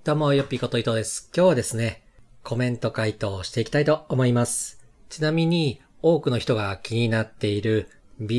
どうも、よっぴーこと伊藤です。今日はですね、コメント回答をしていきたいと思います。ちなみに、多くの人が気になっている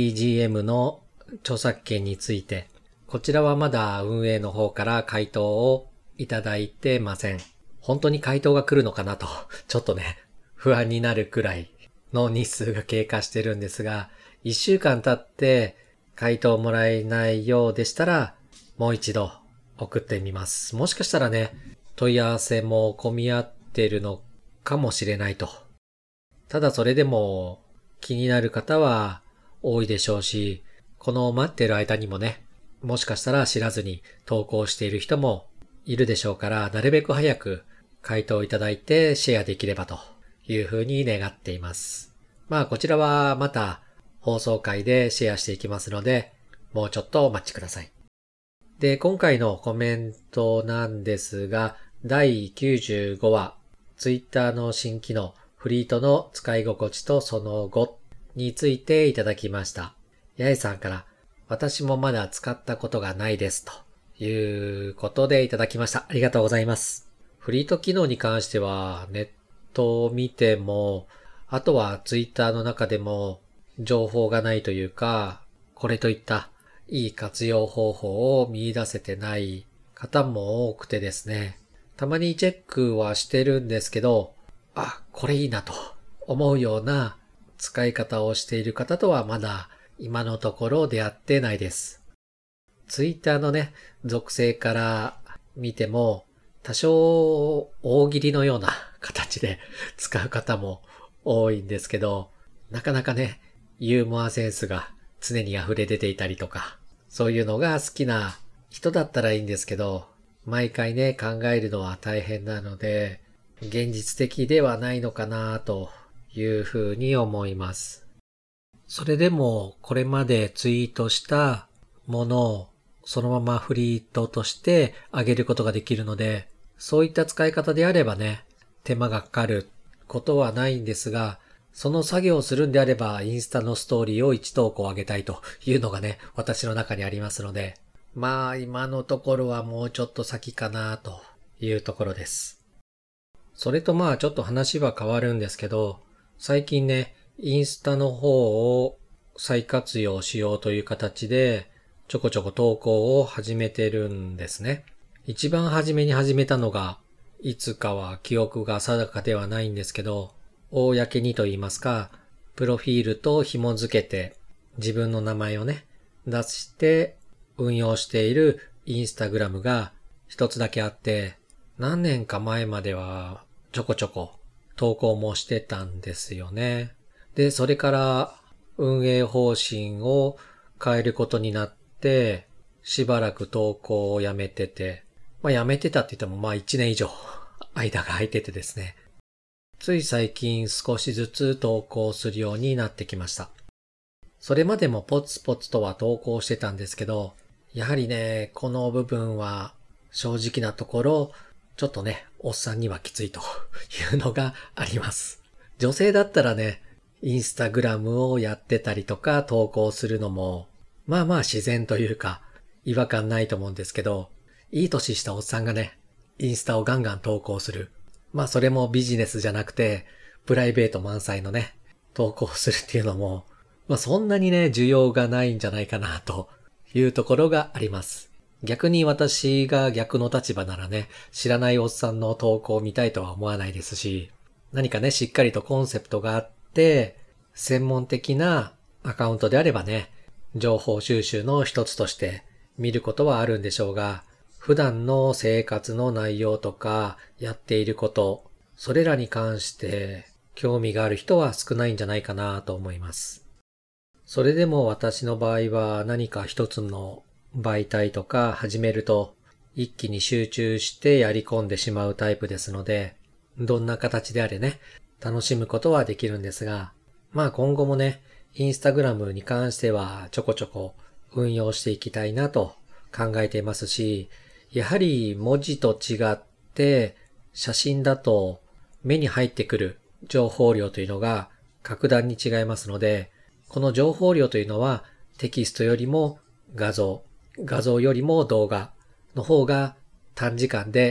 BGM の著作権について、こちらはまだ運営の方から回答をいただいてません。本当に回答が来るのかなと、ちょっとね、不安になるくらいの日数が経過してるんですが、1週間経って回答もらえないようでしたら、もう一度送ってみます。もしかしたらね、問い合わせも混み合ってるのかもしれないと。ただそれでも気になる方は多いでしょうし、この待ってる間にもね、もしかしたら知らずに投稿している人もいるでしょうから、なるべく早く回答いただいてシェアできればというふうに願っています。まあこちらはまた放送回でシェアしていきますので、もうちょっとお待ちください。で、今回のコメントなんですが、第95話、Twitter の新機能、フリートの使い心地とその後についていただきました。八重さんから、私もまだ使ったことがないですということでいただきました。ありがとうございます。フリート機能に関しては、ネットを見ても、あとは Twitter の中でも情報がないというか、これといったいい活用方法を見出せてない方も多くてですね。たまにチェックはしてるんですけど、これいいなと思うような使い方をしている方とはまだ今のところ出会ってないです。ツイッターのね、属性から見ても多少大喜利のような形で使う方も多いんですけど、なかなかね、ユーモアセンスが常に溢れ出ていたりとか、そういうのが好きな人だったらいいんですけど、毎回ね、考えるのは大変なので、現実的ではないのかなというふうに思います。それでも、これまでツイートしたものをそのままフリートとして上げることができるので、そういった使い方であればね、手間がかかることはないんですが、その作業をするんであれば、インスタのストーリーを1投稿上げたいというのがね、私の中にありますので、まあ今のところはもうちょっと先かなというところです。それとまあちょっと話は変わるんですけど、最近ね、インスタの方を再活用しようという形で、ちょこちょこ投稿を始めてるんですね。一番初めに始めたのが、いつかは記憶が定かではないんですけど、公にと言いますか、プロフィールと紐付けて自分の名前をね、出して運用しているインスタグラムが一つだけあって、何年か前まではちょこちょこ投稿もしてたんですよね。で、それから運営方針を変えることになって、しばらく投稿をやめてて、やめてたって言っても1年以上間が空いててですね。つい最近少しずつ投稿するようになってきました。それまでもポツポツとは投稿してたんですけど、やはりね、この部分は正直なところ、ちょっとね、おっさんにはきついというのがあります。女性だったらね、インスタグラムをやってたりとか投稿するのも、まあ自然というか違和感ないと思うんですけど、いい年したおっさんがね、インスタをガンガン投稿する。それもビジネスじゃなくて、プライベート満載のね、投稿するっていうのも、そんなにね、需要がないんじゃないかなというところがあります。逆に私が逆の立場ならね、知らないおっさんの投稿を見たいとは思わないですし、何かね、しっかりとコンセプトがあって、専門的なアカウントであればね、情報収集の一つとして見ることはあるんでしょうが、普段の生活の内容とかやっていること、それらに関して興味がある人は少ないんじゃないかなと思います。それでも私の場合は何か一つの媒体とか始めると一気に集中してやり込んでしまうタイプですので、どんな形であれね、楽しむことはできるんですが、今後もね、インスタグラムに関してはちょこちょこ運用していきたいなと考えていますし、やはり文字と違って写真だと目に入ってくる情報量というのが格段に違いますので、この情報量というのはテキストよりも画像よりも動画の方が短時間で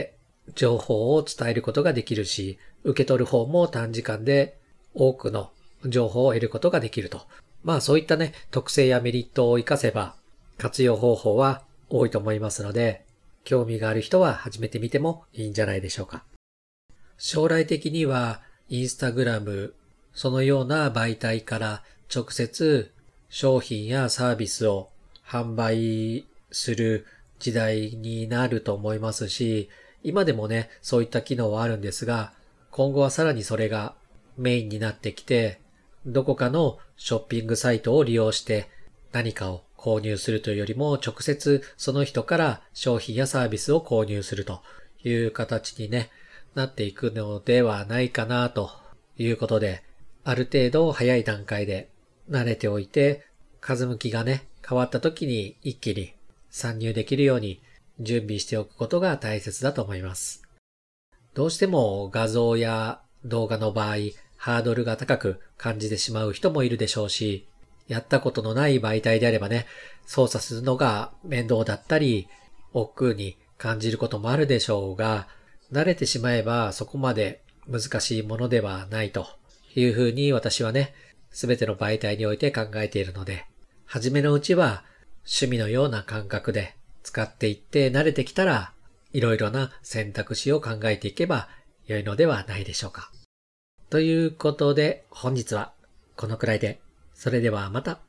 情報を伝えることができるし、受け取る方も短時間で多くの情報を得ることができると。そういったね、特性やメリットを活かせば活用方法は多いと思いますので、興味がある人は始めてみてもいいんじゃないでしょうか。将来的にはインスタグラム、そのような媒体から直接商品やサービスを販売する時代になると思いますし、今でもね、そういった機能はあるんですが、今後はさらにそれがメインになってきて、どこかのショッピングサイトを利用して何かを購入するというよりも直接その人から商品やサービスを購入するという形にね、なっていくのではないかなということで、ある程度早い段階で慣れておいて、風向きがね、変わった時に一気に参入できるように準備しておくことが大切だと思います。どうしても画像や動画の場合、ハードルが高く感じてしまう人もいるでしょうし、やったことのない媒体であればね、操作するのが面倒だったり、億劫に感じることもあるでしょうが、慣れてしまえばそこまで難しいものではないというふうに私はね、すべての媒体において考えているので、初めのうちは趣味のような感覚で使っていって慣れてきたら、いろいろな選択肢を考えていけば良いのではないでしょうか。ということで本日はこのくらいで、それではまた。